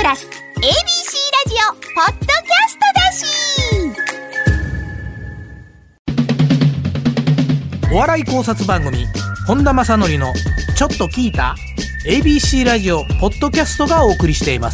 ラス ABC ラジオポッドキャストだし。 お笑い考察番組本田正則のちょっと聞いた ABC ラジオポッドキャストがお送りしています。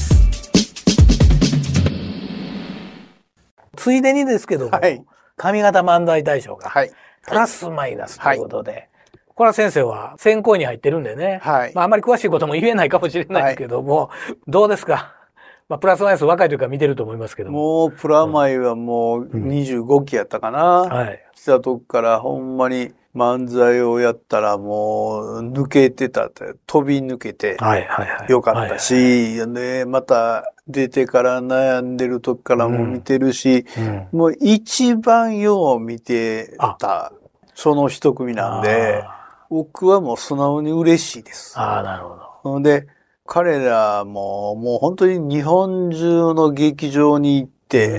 ついでにですけども、はい、上方漫才大賞が、はい、プラスマイナスということで、はい、これは先生は選考に入ってるんでね、はい、あまり詳しいことも言えないかもしれないですけども、はい、どうですか？プラスマイナス若い時から見てると思いますけどもうプラマイはもう25期やったかな、はい、来たとこからほんまに漫才をやったらもう抜けてたって飛び抜けてよかったし、でまた出てから悩んでる時からも見てるし、もう一番よう見てたその一組なんで、僕はもう素直に嬉しいです。 なるほど。 で彼らももう本当に日本中の劇場に行って、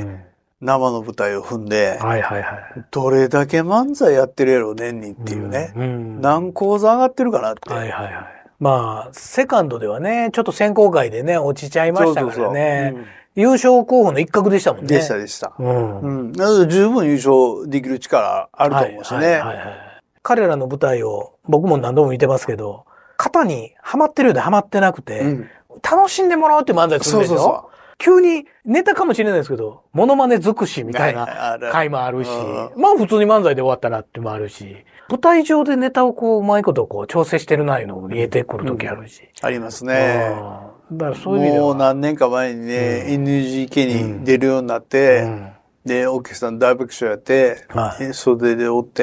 生の舞台を踏んで、どれだけ漫才やってるやろ年にっていうね、何講座上がってるかなって。 セカンドではね、ちょっと選考会でね、落ちちゃいましたからね。優勝候補の一角でしたもんね。 でした。なので十分優勝できる力あると思うしね。 彼らの舞台を僕も何度も見てますけど、型にはまってるようではまってなくて、楽しんでもらうって漫才するんですよ。急にネタかもしれないですけど、モノマネ尽くしみたいな回もあるし、普通に漫才で終わったなってもあるし、舞台上でネタをうまいこと調整してるないうのも見えてくる時あるし。 ありますね。 だからそういう意味では。 もう何年か前にね、NGK に出るようになって、で、オーケストラの大爆笑やって、袖でおって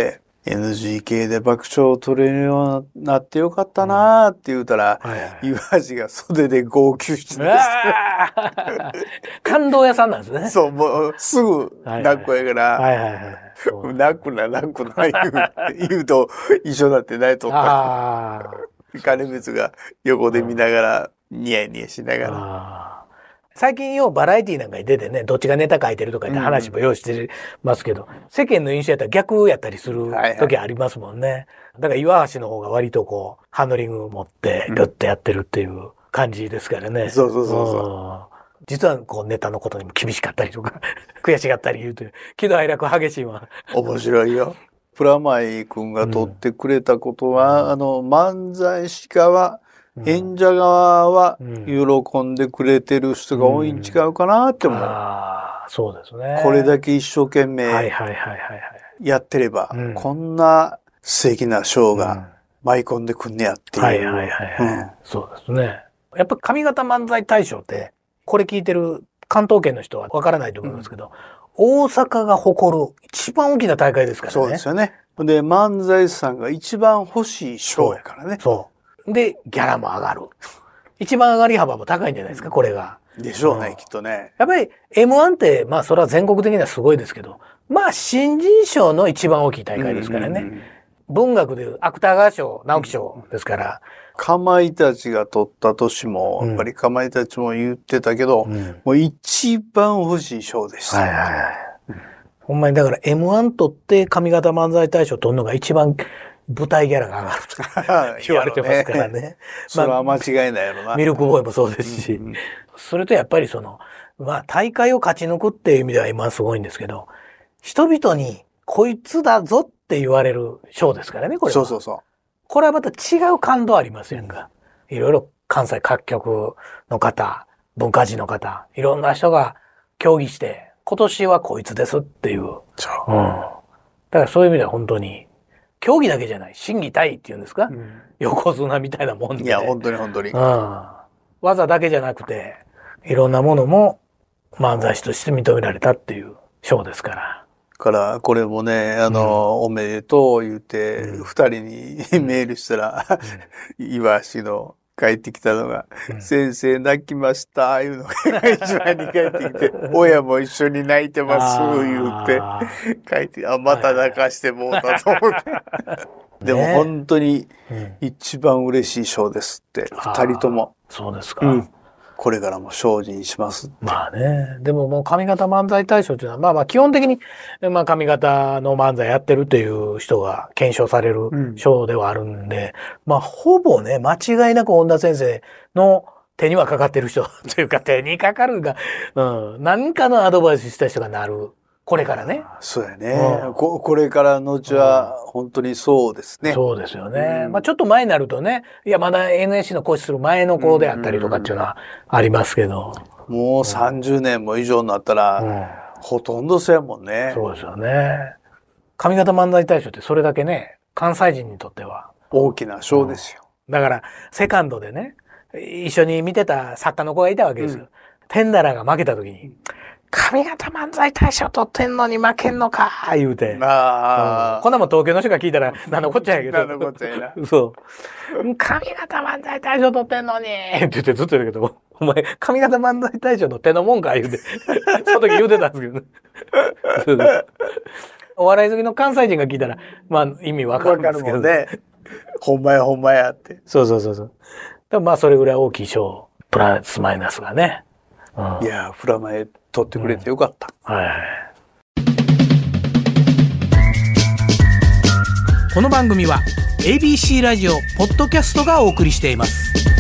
、NGK で爆笑を取れるようになってよかったなーって言うたら、岩橋が袖で号泣してました。 感動屋さんなんですね。 そう、もうすぐ泣くやから、泣くな言うと一緒だって泣いとった。金光が横で見ながら、ニヤニヤしながら。 最近ようバラエティなんかに出てね、どっちがネタ書いてるとかって話も用意してますけど、世間の印象やったら逆やったりする時ありますもんね。だから岩橋の方が割とハンドリング持ってグッとやってるっていう感じですからね。実はネタのことにも厳しかったりとか、悔しがったり言うという、喜怒哀楽激しいわ。 面白いよ。プラマイ君が取ってくれたことは、漫才師側、演者側は喜んでくれてる人が多いん違うかなって思う。 そうですね。 これだけ一生懸命やってれば、こんな素敵なショーが舞い込んでくんねやっていう。 そうですね。やっぱ上方漫才大賞って、これ聞いてる関東圏の人はわからないと思いますけど、大阪が誇る一番大きな大会ですからね。 そうですよね。で、漫才師さんが一番欲しい賞やからね。 で、ギャラも上がる。一番上がり幅も高いんじゃないですか、これが。 でしょうね、きっとね。 やっぱり M1 って、それは全国的にはすごいですけど、新人賞の一番大きい大会ですからね。文学でいう芥川賞、直木賞ですから。 かまいたちが取った年も、やっぱりかまいたちも言ってたけど、もう一番欲しい賞でした。 ほんまにだから M1 取って上方漫才大賞取るのが一番舞台ギャラが上がると言われてますからね。 それは間違いないやろな。 ミルクボーイもそうですし。それとやっぱり大会を勝ち抜くっていう意味では今すごいんですけど、人々にこいつだぞって言われる賞ですからね、これは。これはまた違う感動ありますやんか。いろいろ関西各局の方、文化人の方、いろんな人が協議して、今年はこいつですっていう。だからそういう意味では本当に、競技だけじゃない、心技体っていうんですか、横綱みたいなもんで。 いや、本当に。 技だけじゃなくて、いろんなものも漫才師として認められたっていう賞ですから。 これもね、おめでとう言って、二人にメールしたら、岩橋の帰ってきたのが、先生泣きました、いうのが一番に帰ってきて、親も一緒に泣いてます、言って、帰って、また泣かしてもうたと思って。でも本当に一番嬉しい賞ですって、二人とも。 そうですか。 これからも精進します。 でももう上方漫才大賞というのは、基本的に、上方の漫才やってるという人が検証される賞ではあるんで、ほぼね、間違いなく本田先生の手にはかかってる人というか手にかかるが、何かのアドバイスした人がなる。これからね。 そうやね。これからのうちは本当にそうですね。 そうですよね。まあちょっと前になるとね、いやまだ NSC の講師する前の子であったりとかっていうのはありますけど。 もう30年も以上になったら、ほとんどそうやもんね。 そうですよね。上方漫才大賞ってそれだけね、関西人にとっては。 大きな賞ですよ。 だから、セカンドでね、一緒に見てた作家の子がいたわけですよ。テンダラーが負けた時に、上方漫才大賞取ってんのに負けんのか言うて。こんなもん東京の人が聞いたら、何のこっちゃやけど。 何のこっちゃやな。 そう。上方漫才大賞取ってんのにって言ってずっと言うけど、お前、上方漫才大賞の手のもんか言うて。その時言うてたんですけどね。お笑い好きの関西人が聞いたら、まあ意味わかるんですけど。 わかるもんね。ほんまやって。 そう。まあそれぐらい大きい賞、プラスマイナスがね。 いや、プラマイ取ってくれてよかった。 はい。この番組は ABC ラジオポッドキャストがお送りしています。